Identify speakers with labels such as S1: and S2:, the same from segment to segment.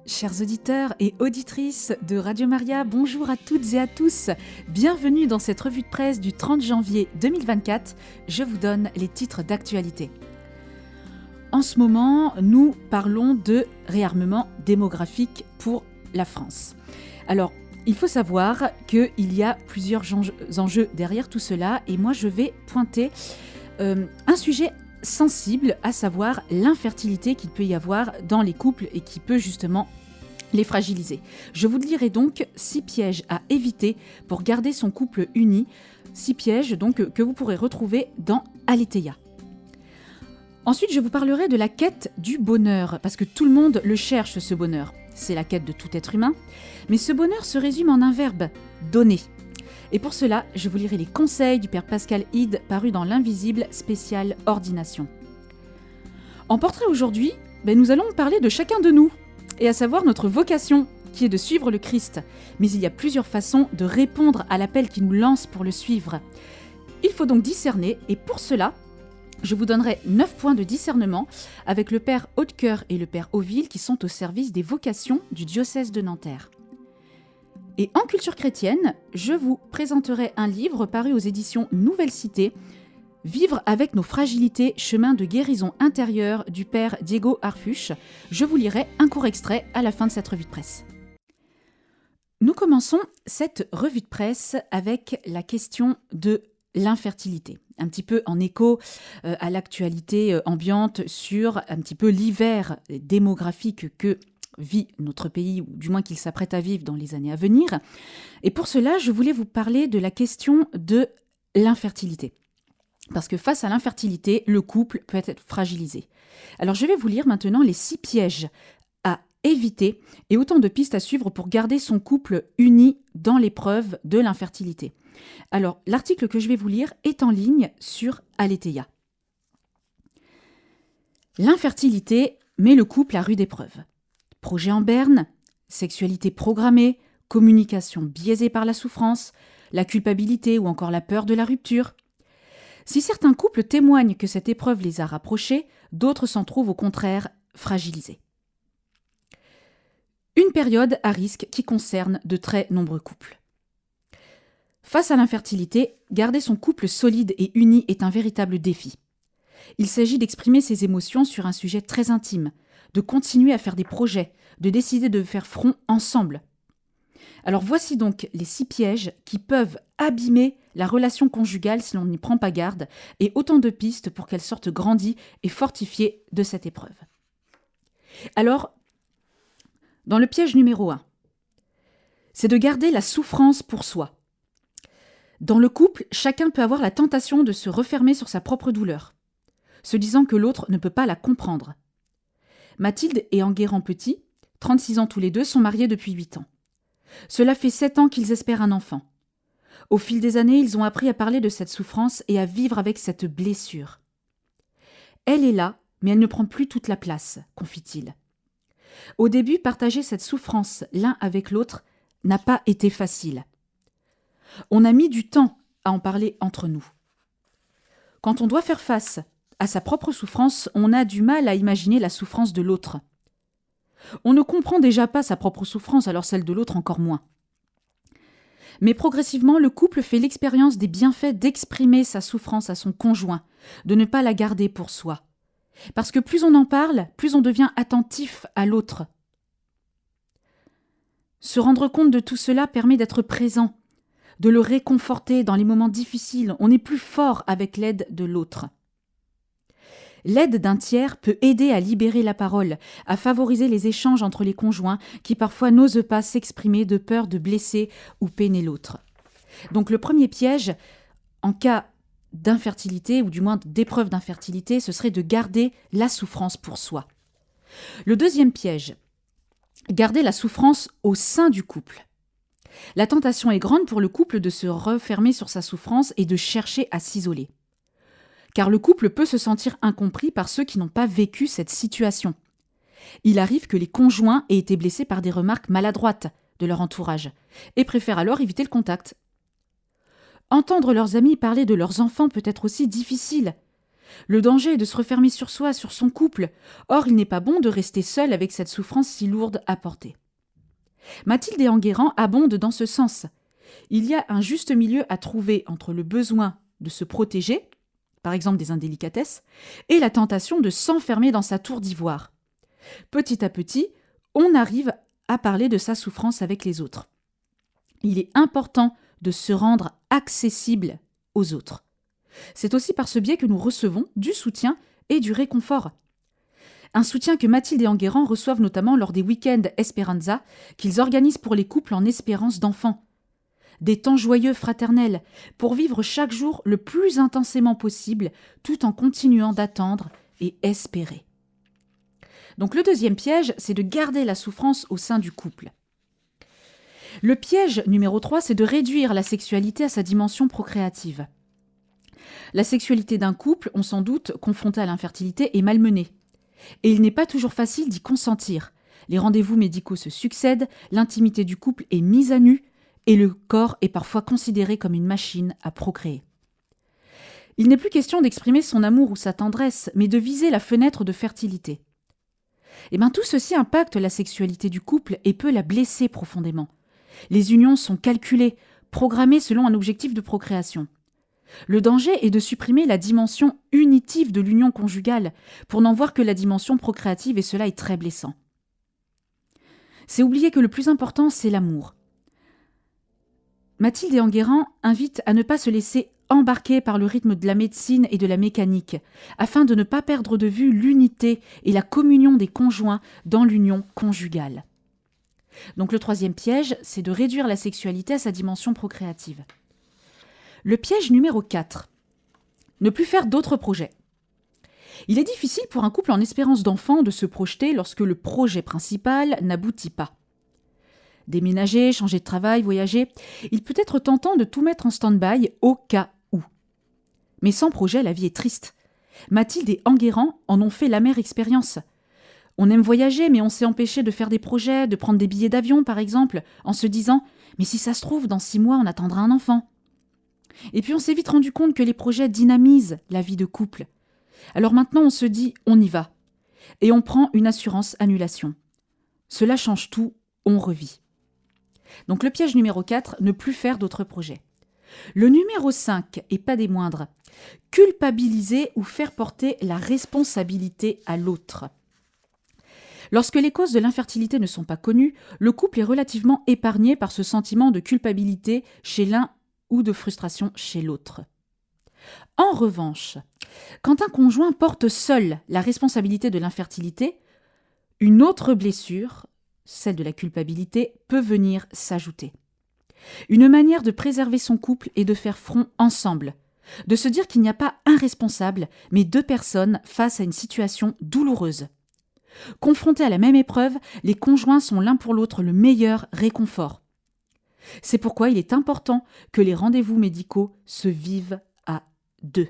S1: Chers auditeurs et auditrices de Radio Maria, bonjour à toutes et à tous. Bienvenue dans cette revue de presse du 30 janvier 2024. Je vous donne les titres d'actualité. En ce moment, nous parlons de réarmement démographique pour la France. Alors, il faut savoir qu'il y a plusieurs enjeux derrière tout cela et moi je vais pointer un sujet sensible, à savoir l'infertilité qu'il peut y avoir dans les couples et qui peut justement les fragiliser. Je vous lirai donc 6 pièges à éviter pour garder son couple uni, 6 pièges donc que vous pourrez retrouver dans Aletheia. Ensuite, je vous parlerai de la quête du bonheur, parce que tout le monde le cherche, ce bonheur. C'est la quête de tout être humain, mais ce bonheur se résume en un verbe, donner. Et pour cela, je vous lirai les conseils du père Pascal Hide, paru dans l'Invisible spécial Ordination. En portrait aujourd'hui, nous allons parler de chacun de nous, et à savoir notre vocation, qui est de suivre le Christ. Mais il y a plusieurs façons de répondre à l'appel qui nous lance pour le suivre. Il faut donc discerner, et pour cela, je vous donnerai 9 points de discernement avec le père Hautecoeur et le père Auville qui sont au service des vocations du diocèse de Nanterre. Et en culture chrétienne, je vous présenterai un livre paru aux éditions Nouvelle Cité, Vivre avec nos fragilités, chemin de guérison intérieure du père Diego Arfuche. Je vous lirai un court extrait à la fin de cette revue de presse. Nous commençons cette revue de presse avec la question de l'infertilité. Un petit peu en écho à l'actualité ambiante sur un petit peu l'hiver démographique que vit notre pays, ou du moins qu'il s'apprête à vivre dans les années à venir. Et pour cela, je voulais vous parler de la question de l'infertilité. Parce que face à l'infertilité, le couple peut être fragilisé. Alors je vais vous lire maintenant les 6 pièges à éviter et autant de pistes à suivre pour garder son couple uni dans l'épreuve de l'infertilité. Alors l'article que je vais vous lire est en ligne sur Aletheia. L'infertilité met le couple à rude épreuve. Projet en berne, sexualité programmée, communication biaisée par la souffrance, la culpabilité ou encore la peur de la rupture. Si certains couples témoignent que cette épreuve les a rapprochés, d'autres s'en trouvent au contraire fragilisés. Une période à risque qui concerne de très nombreux couples. Face à l'infertilité, garder son couple solide et uni est un véritable défi. Il s'agit d'exprimer ses émotions sur un sujet très intime, de continuer à faire des projets, de décider de faire front ensemble. Alors voici donc les 6 pièges qui peuvent abîmer la relation conjugale si l'on n'y prend pas garde, et autant de pistes pour qu'elle sorte grandie et fortifiée de cette épreuve. Alors, dans le piège numéro 1, c'est de garder la souffrance pour soi. Dans le couple, chacun peut avoir la tentation de se refermer sur sa propre douleur, se disant que l'autre ne peut pas la comprendre. Mathilde et Enguerrand Petit, 36 ans tous les deux, sont mariés depuis 8 ans. Cela fait 7 ans qu'ils espèrent un enfant. Au fil des années, ils ont appris à parler de cette souffrance et à vivre avec cette blessure. Elle est là, mais elle ne prend plus toute la place, confie-t-il. Au début, partager cette souffrance l'un avec l'autre n'a pas été facile. On a mis du temps à en parler entre nous. Quand on doit faire face à sa propre souffrance, on a du mal à imaginer la souffrance de l'autre. On ne comprend déjà pas sa propre souffrance, alors celle de l'autre encore moins. Mais progressivement, le couple fait l'expérience des bienfaits d'exprimer sa souffrance à son conjoint, de ne pas la garder pour soi. Parce que plus on en parle, plus on devient attentif à l'autre. Se rendre compte de tout cela permet d'être présent, de le réconforter dans les moments difficiles. On est plus fort avec l'aide de l'autre. L'aide d'un tiers peut aider à libérer la parole, à favoriser les échanges entre les conjoints qui parfois n'osent pas s'exprimer de peur de blesser ou peiner l'autre. Donc le premier piège, en cas d'infertilité ou du moins d'épreuve d'infertilité, ce serait de garder la souffrance pour soi. Le deuxième piège, garder la souffrance au sein du couple. La tentation est grande pour le couple de se refermer sur sa souffrance et de chercher à s'isoler. Car le couple peut se sentir incompris par ceux qui n'ont pas vécu cette situation. Il arrive que les conjoints aient été blessés par des remarques maladroites de leur entourage et préfèrent alors éviter le contact. Entendre leurs amis parler de leurs enfants peut être aussi difficile. Le danger est de se refermer sur soi, sur son couple. Or, il n'est pas bon de rester seul avec cette souffrance si lourde à porter. Mathilde et Enguerrand abondent dans ce sens. Il y a un juste milieu à trouver entre le besoin de se protéger, par exemple des indélicatesses, et la tentation de s'enfermer dans sa tour d'ivoire. Petit à petit, on arrive à parler de sa souffrance avec les autres. Il est important de se rendre accessible aux autres. C'est aussi par ce biais que nous recevons du soutien et du réconfort. Un soutien que Mathilde et Enguerrand reçoivent notamment lors des week-ends Esperanza qu'ils organisent pour les couples en espérance d'enfants. Des temps joyeux fraternels pour vivre chaque jour le plus intensément possible tout en continuant d'attendre et espérer. Donc le deuxième piège, c'est de garder la souffrance au sein du couple. Le piège numéro 3, c'est de réduire la sexualité à sa dimension procréative. La sexualité d'un couple, on s'en doute, confronté à l'infertilité, est malmenée. Et il n'est pas toujours facile d'y consentir. Les rendez-vous médicaux se succèdent, l'intimité du couple est mise à nu, et le corps est parfois considéré comme une machine à procréer. Il n'est plus question d'exprimer son amour ou sa tendresse, mais de viser la fenêtre de fertilité. Tout ceci impacte la sexualité du couple et peut la blesser profondément. Les unions sont calculées, programmées selon un objectif de procréation. Le danger est de supprimer la dimension unitive de l'union conjugale pour n'en voir que la dimension procréative et cela est très blessant. C'est oublier que le plus important, c'est l'amour. Mathilde et Enguerrand invitent à ne pas se laisser embarquer par le rythme de la médecine et de la mécanique, afin de ne pas perdre de vue l'unité et la communion des conjoints dans l'union conjugale. Donc le troisième piège, c'est de réduire la sexualité à sa dimension procréative. Le piège numéro 4. Ne plus faire d'autres projets. Il est difficile pour un couple en espérance d'enfant de se projeter lorsque le projet principal n'aboutit pas. Déménager, changer de travail, voyager, il peut être tentant de tout mettre en stand-by au cas où. Mais sans projet, la vie est triste. Mathilde et Enguerrand en ont fait l'amère expérience. On aime voyager, mais on s'est empêché de faire des projets, de prendre des billets d'avion par exemple, en se disant « mais si ça se trouve, dans 6 mois, on attendra un enfant ». Et puis on s'est vite rendu compte que les projets dynamisent la vie de couple. Alors maintenant on se dit « on y va » et on prend une assurance annulation. Cela change tout, on revit. Donc le piège numéro 4, ne plus faire d'autres projets. Le numéro 5, et pas des moindres, culpabiliser ou faire porter la responsabilité à l'autre. Lorsque les causes de l'infertilité ne sont pas connues, le couple est relativement épargné par ce sentiment de culpabilité chez l'un ou de frustration chez l'autre. En revanche, quand un conjoint porte seul la responsabilité de l'infertilité, une autre blessure, celle de la culpabilité, peut venir s'ajouter. Une manière de préserver son couple est de faire front ensemble, de se dire qu'il n'y a pas un responsable, mais 2 personnes face à une situation douloureuse. Confrontés à la même épreuve, les conjoints sont l'un pour l'autre le meilleur réconfort. C'est pourquoi il est important que les rendez-vous médicaux se vivent à 2.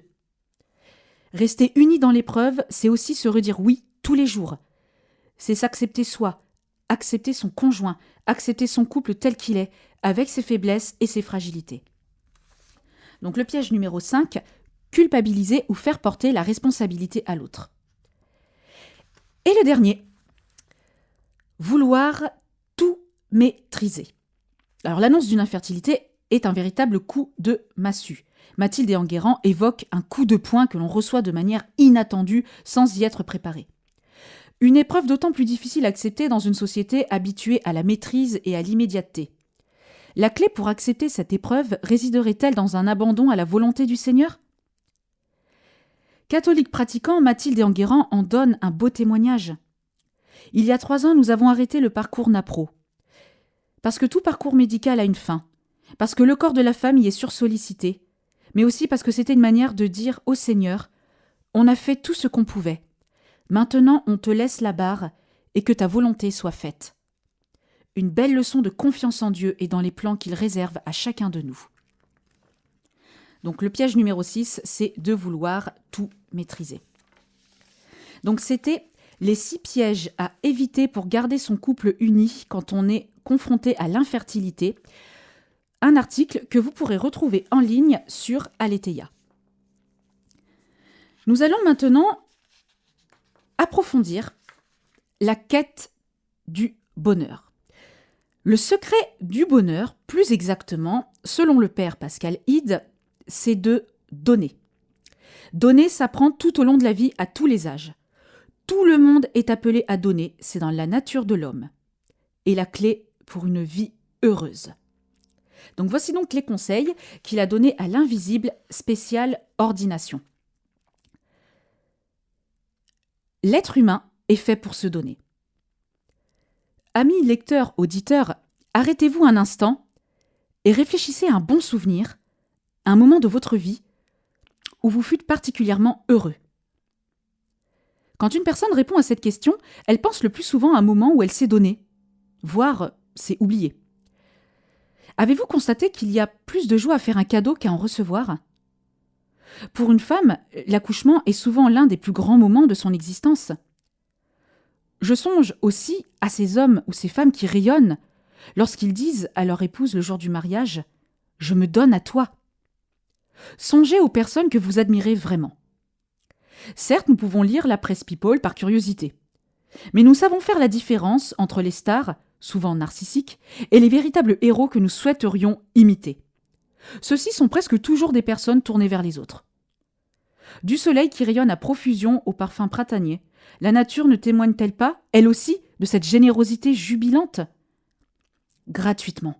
S1: Rester unis dans l'épreuve, c'est aussi se redire oui tous les jours. C'est s'accepter soi, accepter son conjoint, accepter son couple tel qu'il est, avec ses faiblesses et ses fragilités. Donc le piège numéro 5, culpabiliser ou faire porter la responsabilité à l'autre. Et le dernier, vouloir tout maîtriser. Alors l'annonce d'une infertilité est un véritable coup de massue. Mathilde et Enguerrand évoquent un coup de poing que l'on reçoit de manière inattendue sans y être préparé. Une épreuve d'autant plus difficile à accepter dans une société habituée à la maîtrise et à l'immédiateté. La clé pour accepter cette épreuve résiderait-elle dans un abandon à la volonté du Seigneur ? Catholiques pratiquants, Mathilde et Enguerrand en donnent un beau témoignage. Il y a 3 ans, nous avons arrêté le parcours NAPRO. Parce que tout parcours médical a une fin. Parce que le corps de la femme y est sursollicité. Mais aussi parce que c'était une manière de dire au Seigneur « On a fait tout ce qu'on pouvait. Maintenant, on te laisse la barre et que ta volonté soit faite. » Une belle leçon de confiance en Dieu et dans les plans qu'il réserve à chacun de nous. Donc le piège numéro 6, c'est de vouloir tout maîtriser. Donc c'était les 6 pièges à éviter pour garder son couple uni quand on est confronté à l'infertilité. Un article que vous pourrez retrouver en ligne sur Aletheia. Nous allons maintenant approfondir la quête du bonheur. Le secret du bonheur, plus exactement, selon le père Pascal Hide, c'est de donner. Donner s'apprend tout au long de la vie à tous les âges. Tout le monde est appelé à donner, c'est dans la nature de l'homme. Et la clé pour une vie heureuse. Donc voici donc les conseils qu'il a donnés à l'invisible spécial ordination. L'être humain est fait pour se donner. Amis lecteurs, auditeurs, arrêtez-vous un instant et réfléchissez à un bon souvenir, à un moment de votre vie où vous fûtes particulièrement heureux. Quand une personne répond à cette question, elle pense le plus souvent à un moment où elle s'est donnée, voire s'est oubliée. Avez-vous constaté qu'il y a plus de joie à faire un cadeau qu'à en recevoir ? Pour une femme, l'accouchement est souvent l'un des plus grands moments de son existence. Je songe aussi à ces hommes ou ces femmes qui rayonnent lorsqu'ils disent à leur épouse le jour du mariage « Je me donne à toi ». Songez aux personnes que vous admirez vraiment. Certes, nous pouvons lire la presse people par curiosité, mais nous savons faire la différence entre les stars, souvent narcissiques, et les véritables héros que nous souhaiterions imiter. Ceux-ci sont presque toujours des personnes tournées vers les autres. Du soleil qui rayonne à profusion au parfum printanier, la nature ne témoigne-t-elle pas, elle aussi, de cette générosité jubilante ? Gratuitement.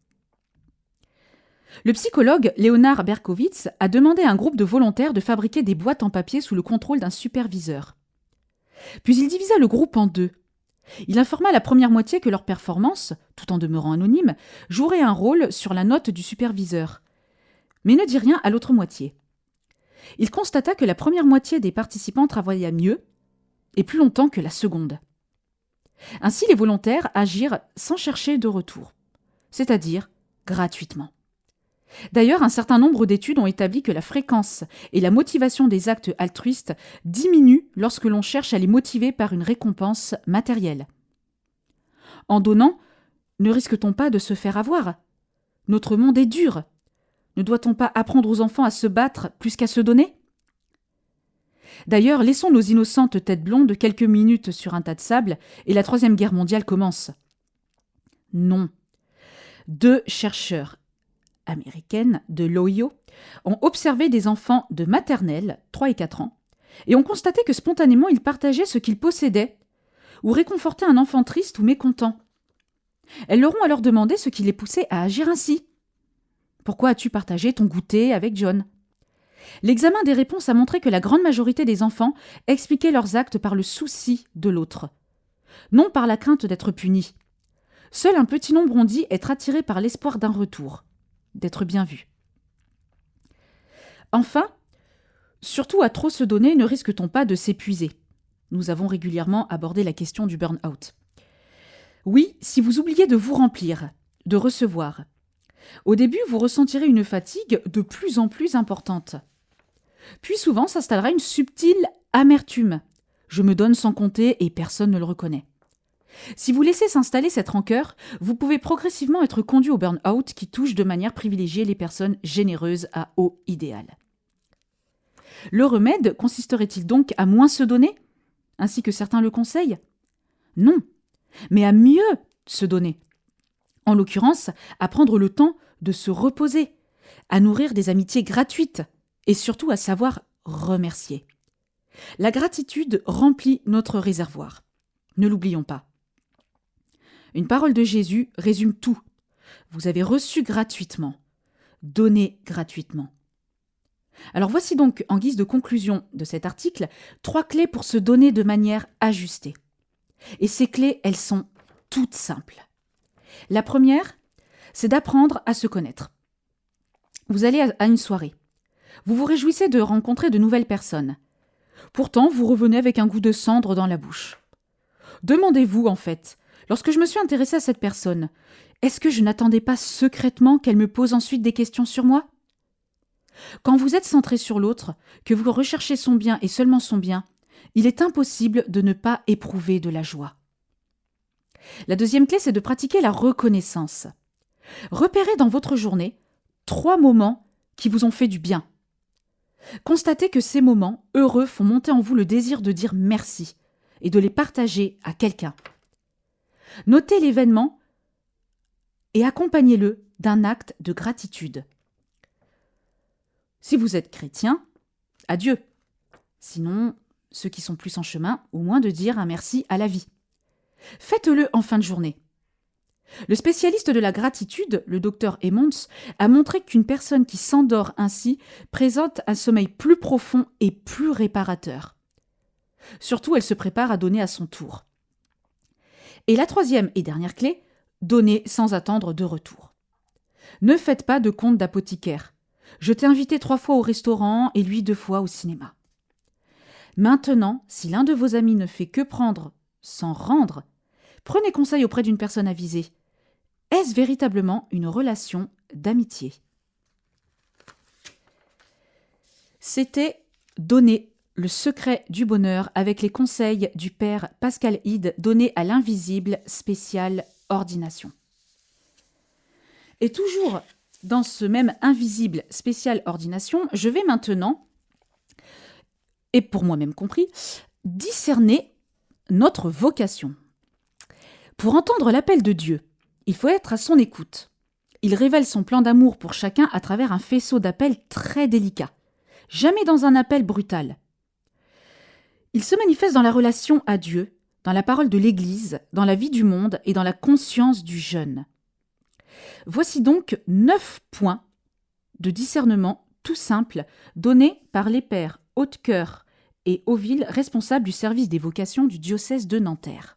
S1: Le psychologue Leonard Berkowitz a demandé à un groupe de volontaires de fabriquer des boîtes en papier sous le contrôle d'un superviseur. Puis il divisa le groupe en deux. Il informa la première moitié que leur performance, tout en demeurant anonyme, jouerait un rôle sur la note du superviseur, mais ne dit rien à l'autre moitié. Il constata que la première moitié des participants travailla mieux et plus longtemps que la seconde. Ainsi, les volontaires agirent sans chercher de retour, c'est-à-dire gratuitement. D'ailleurs, un certain nombre d'études ont établi que la fréquence et la motivation des actes altruistes diminuent lorsque l'on cherche à les motiver par une récompense matérielle. En donnant, ne risque-t-on pas de se faire avoir ? Notre monde est dur. Ne doit-on pas apprendre aux enfants à se battre plus qu'à se donner ? D'ailleurs, laissons nos innocentes têtes blondes quelques minutes sur un tas de sable et la Troisième Guerre mondiale commence. Non. 2 chercheurs américaines de l'Ohio ont observé des enfants de maternelle, 3 et 4 ans, et ont constaté que spontanément ils partageaient ce qu'ils possédaient ou réconfortaient un enfant triste ou mécontent. Elles leur ont alors demandé ce qui les poussait à agir ainsi. « Pourquoi as-tu partagé ton goûter avec John ?» L'examen des réponses a montré que la grande majorité des enfants expliquaient leurs actes par le souci de l'autre, non par la crainte d'être punis. Seul un petit nombre ont dit être attirés par l'espoir d'un retour, d'être bien vus. Enfin, surtout à trop se donner, ne risque-t-on pas de s'épuiser ? Nous avons régulièrement abordé la question du burn-out. Oui, si vous oubliez de vous remplir, de recevoir. Au début, vous ressentirez une fatigue de plus en plus importante. Puis souvent s'installera une subtile amertume. Je me donne sans compter et personne ne le reconnaît. Si vous laissez s'installer cette rancœur, vous pouvez progressivement être conduit au burn-out qui touche de manière privilégiée les personnes généreuses à haut idéal. Le remède consisterait-il donc à moins se donner, ainsi que certains le conseillent ? Non, mais à mieux se donner. En l'occurrence, à prendre le temps de se reposer, à nourrir des amitiés gratuites et surtout à savoir remercier. La gratitude remplit notre réservoir. Ne l'oublions pas. Une parole de Jésus résume tout. Vous avez reçu gratuitement. Donnez gratuitement. Alors voici donc, en guise de conclusion de cet article, 3 clés pour se donner de manière ajustée. Et ces clés, elles sont toutes simples. La première, c'est d'apprendre à se connaître. Vous allez à une soirée. Vous vous réjouissez de rencontrer de nouvelles personnes. Pourtant, vous revenez avec un goût de cendre dans la bouche. Demandez-vous, en fait, lorsque je me suis intéressée à cette personne, est-ce que je n'attendais pas secrètement qu'elle me pose ensuite des questions sur moi ? Quand vous êtes centré sur l'autre, que vous recherchez son bien et seulement son bien, il est impossible de ne pas éprouver de la joie. La deuxième clé, c'est de pratiquer la reconnaissance. Repérez dans votre journée 3 moments qui vous ont fait du bien. Constatez que ces moments heureux font monter en vous le désir de dire merci et de les partager à quelqu'un. Notez l'événement et accompagnez-le d'un acte de gratitude. Si vous êtes chrétien, adieu. Sinon, ceux qui sont plus en chemin, au moins de dire un merci à la vie. Faites-le en fin de journée. Le spécialiste de la gratitude, le docteur Emmons, a montré qu'une personne qui s'endort ainsi présente un sommeil plus profond et plus réparateur. Surtout, elle se prépare à donner à son tour. Et la troisième et dernière clé, donner sans attendre de retour. Ne faites pas de compte d'apothicaire. Je t'ai invité 3 fois au restaurant et lui 2 fois au cinéma. Maintenant, si l'un de vos amis ne fait que prendre sans rendre, prenez conseil auprès d'une personne avisée. Est-ce véritablement une relation d'amitié ? C'était Donner le secret du bonheur avec les conseils du père Pascal Hide donnés à l'invisible spécial ordination. Et toujours dans ce même invisible spécial ordination, je vais maintenant, et pour moi-même compris, discerner notre vocation. Pour entendre l'appel de Dieu, il faut être à son écoute. Il révèle son plan d'amour pour chacun à travers un faisceau d'appels très délicat, jamais dans un appel brutal. Il se manifeste dans la relation à Dieu, dans la parole de l'Église, dans la vie du monde et dans la conscience du jeune. Voici donc 9 points de discernement tout simples donnés par les pères Hautecoeur et Auville, responsables du service des vocations du diocèse de Nanterre.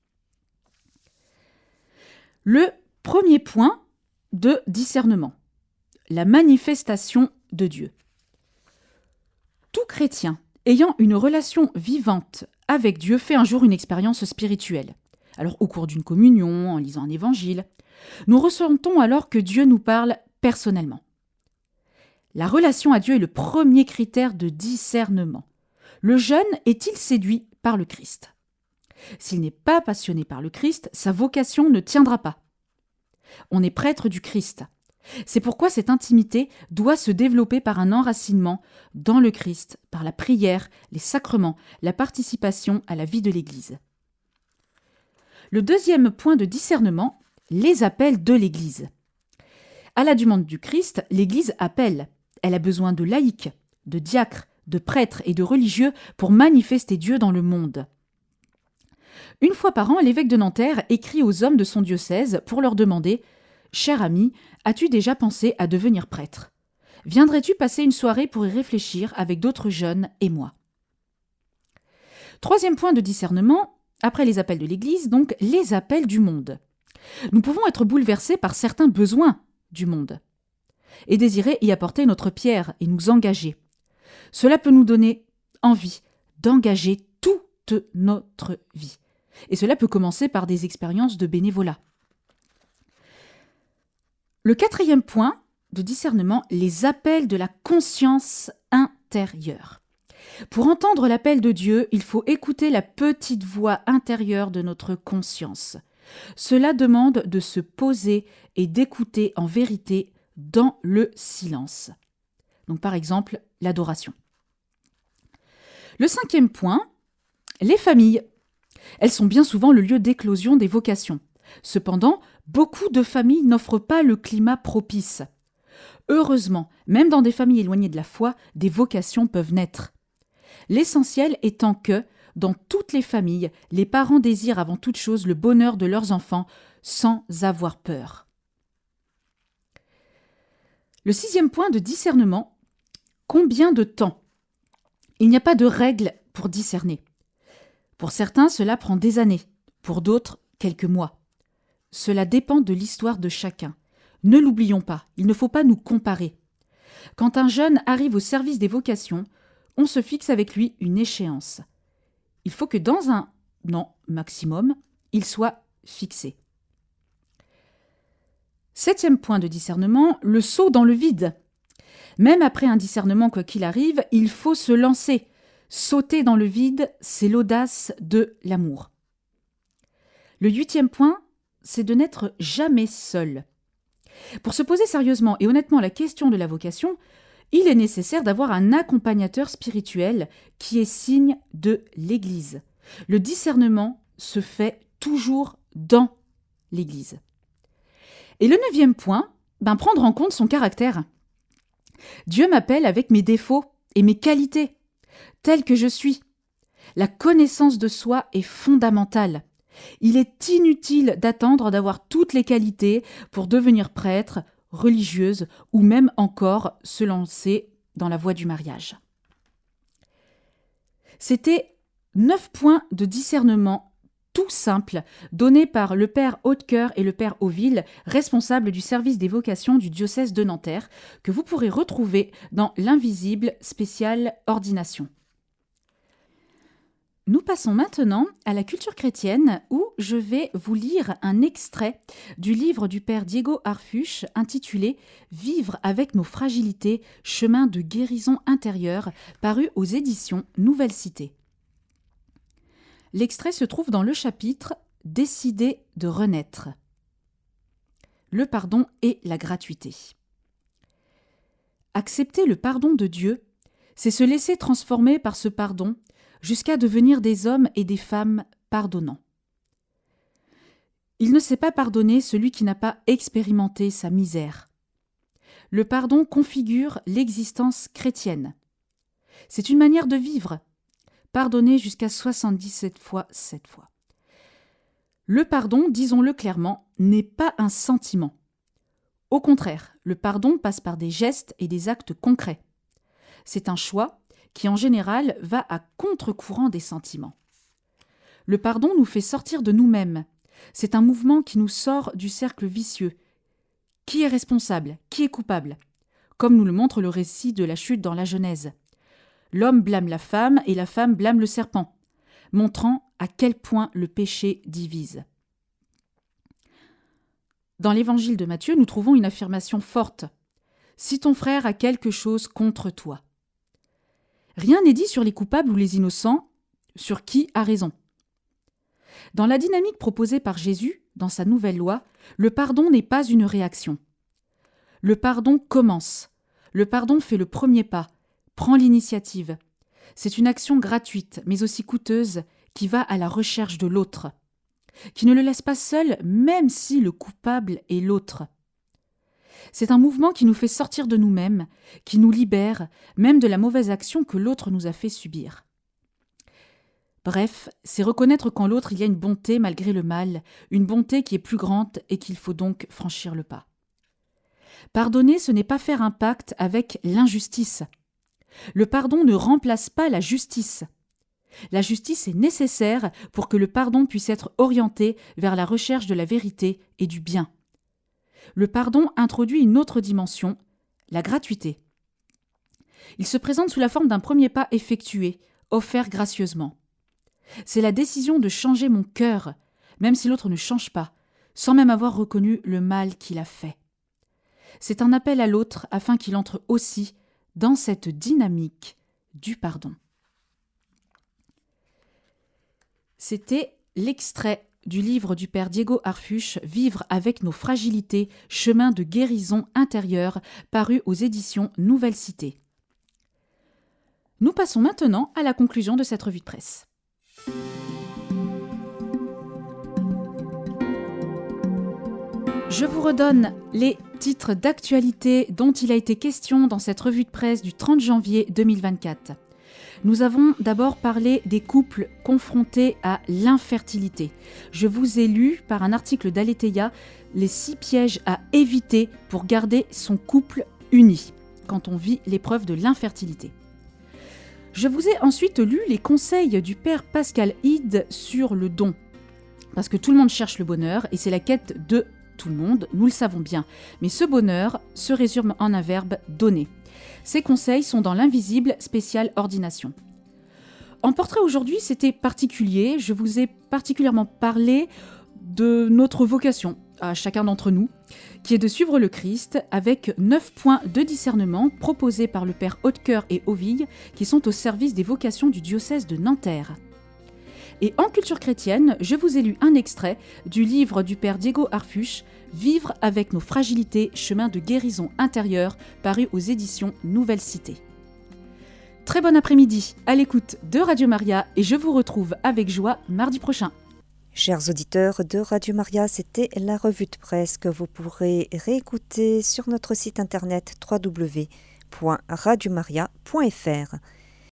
S1: Le premier point de discernement, la manifestation de Dieu. Tout chrétien ayant une relation vivante avec Dieu fait un jour une expérience spirituelle. Alors au cours d'une communion, en lisant un évangile, nous ressentons alors que Dieu nous parle personnellement. La relation à Dieu est le premier critère de discernement. Le jeune est-il séduit par le Christ ? S'il n'est pas passionné par le Christ, sa vocation ne tiendra pas. On est prêtre du Christ. C'est pourquoi cette intimité doit se développer par un enracinement dans le Christ, par la prière, les sacrements, la participation à la vie de l'Église. Le deuxième point de discernement, les appels de l'Église. À la demande du Christ, l'Église appelle. Elle a besoin de laïcs, de diacres, de prêtres et de religieux pour manifester Dieu dans le monde. Une fois par an, l'évêque de Nanterre écrit aux hommes de son diocèse pour leur demander « Cher ami, as-tu déjà pensé à devenir prêtre ? Viendrais-tu passer une soirée pour y réfléchir avec d'autres jeunes et moi ?» Troisième point de discernement, après les appels de l'Église, donc les appels du monde. Nous pouvons être bouleversés par certains besoins du monde et désirer y apporter notre pierre et nous engager. Cela peut nous donner envie d'engager toute notre vie. Et cela peut commencer par des expériences de bénévolat. Le quatrième point de discernement, les appels de la conscience intérieure. Pour entendre l'appel de Dieu, il faut écouter la petite voix intérieure de notre conscience. Cela demande de se poser et d'écouter en vérité dans le silence. Donc par exemple, l'adoration. Le cinquième point, les familles. Elles sont bien souvent le lieu d'éclosion des vocations. Cependant, beaucoup de familles n'offrent pas le climat propice. Heureusement, même dans des familles éloignées de la foi, des vocations peuvent naître. L'essentiel étant que, dans toutes les familles, les parents désirent avant toute chose le bonheur de leurs enfants sans avoir peur. Le sixième point de discernement, combien de temps ? Il n'y a pas de règle pour discerner. Pour certains, cela prend des années, pour d'autres, quelques mois. Cela dépend de l'histoire de chacun. Ne l'oublions pas, il ne faut pas nous comparer. Quand un jeune arrive au service des vocations, on se fixe avec lui une échéance. Il faut que dans un an maximum, il soit fixé. Septième point de discernement, le saut dans le vide. Même après un discernement, quoi qu'il arrive, il faut se lancer. Sauter dans le vide, c'est l'audace de l'amour. Le huitième point, c'est de n'être jamais seul. Pour se poser sérieusement et honnêtement la question de la vocation, il est nécessaire d'avoir un accompagnateur spirituel qui est signe de l'Église. Le discernement se fait toujours dans l'Église. Et le 9e point, prendre en compte son caractère. Dieu m'appelle avec mes défauts et mes qualités, telles que je suis. La connaissance de soi est fondamentale. Il est inutile d'attendre d'avoir toutes les qualités pour devenir prêtre, religieuse ou même encore se lancer dans la voie du mariage. C'était 9 points de discernement tout simples donnés par le père Hautecoeur et le père Auville, responsables du service des vocations du diocèse de Nanterre, que vous pourrez retrouver dans l'Invisible spécial ordination. Nous passons maintenant à la culture chrétienne où je vais vous lire un extrait du livre du père Diego Arfuche intitulé « Vivre avec nos fragilités, chemin de guérison intérieure » paru aux éditions Nouvelle Cité. L'extrait se trouve dans le chapitre « Décider de renaître ». Le pardon et la gratuité. Accepter le pardon de Dieu, c'est se laisser transformer par ce pardon jusqu'à devenir des hommes et des femmes pardonnants. Il ne sait pas pardonner celui qui n'a pas expérimenté sa misère. Le pardon configure l'existence chrétienne. C'est une manière de vivre, pardonner jusqu'à 77 fois 7 fois. Le pardon, disons-le clairement, n'est pas un sentiment. Au contraire, le pardon passe par des gestes et des actes concrets. C'est un choix qui en général va à contre-courant des sentiments. Le pardon nous fait sortir de nous-mêmes. C'est un mouvement qui nous sort du cercle vicieux. Qui est responsable? Qui est coupable? Comme nous le montre le récit de la chute dans la Genèse. L'homme blâme la femme et la femme blâme le serpent, montrant à quel point le péché divise. Dans l'évangile de Matthieu, nous trouvons une affirmation forte. « Si ton frère a quelque chose contre toi ». Rien n'est dit sur les coupables ou les innocents, sur qui a raison. Dans la dynamique proposée par Jésus, dans sa nouvelle loi, le pardon n'est pas une réaction. Le pardon commence. Le pardon fait le premier pas, prend l'initiative. C'est une action gratuite, mais aussi coûteuse, qui va à la recherche de l'autre, qui ne le laisse pas seul, même si le coupable est l'autre. C'est un mouvement qui nous fait sortir de nous-mêmes, qui nous libère, même de la mauvaise action que l'autre nous a fait subir. Bref, c'est reconnaître qu'en l'autre il y a une bonté malgré le mal, une bonté qui est plus grande et qu'il faut donc franchir le pas. Pardonner, ce n'est pas faire un pacte avec l'injustice. Le pardon ne remplace pas la justice. La justice est nécessaire pour que le pardon puisse être orienté vers la recherche de la vérité et du bien. Le pardon introduit une autre dimension, la gratuité. Il se présente sous la forme d'un premier pas effectué, offert gracieusement. C'est la décision de changer mon cœur, même si l'autre ne change pas, sans même avoir reconnu le mal qu'il a fait. C'est un appel à l'autre afin qu'il entre aussi dans cette dynamique du pardon. C'était l'extrait du livre du père Diego Arfuche, « Vivre avec nos fragilités, chemin de guérison intérieure » paru aux éditions Nouvelle Cité. Nous passons maintenant à la conclusion de cette revue de presse. Je vous redonne les titres d'actualité dont il a été question dans cette revue de presse du 30 janvier 2024. Nous avons d'abord parlé des couples confrontés à l'infertilité. Je vous ai lu par un article d'Aletheia les 6 pièges à éviter pour garder son couple uni quand on vit l'épreuve de l'infertilité. Je vous ai ensuite lu les conseils du père Pascal Hide sur le don. Parce que tout le monde cherche le bonheur et c'est la quête de tout le monde, nous le savons bien. Mais ce bonheur se résume en un verbe « donner ». Ces conseils sont dans l'Invisible spécial ordination. En portrait aujourd'hui, c'était particulier. Je vous ai particulièrement parlé de notre vocation à chacun d'entre nous, qui est de suivre le Christ avec 9 points de discernement proposés par le père Hautecoeur et Auville, qui sont au service des vocations du diocèse de Nanterre. Et en culture chrétienne, je vous ai lu un extrait du livre du père Diego Harfuch, Vivre avec nos fragilités, chemin de guérison intérieure, paru aux éditions Nouvelle Cité. Très bon après-midi à l'écoute de Radio Maria et je vous retrouve avec joie mardi prochain.
S2: Chers auditeurs de Radio Maria, c'était la revue de presse que vous pourrez réécouter sur notre site internet www.radiomaria.fr.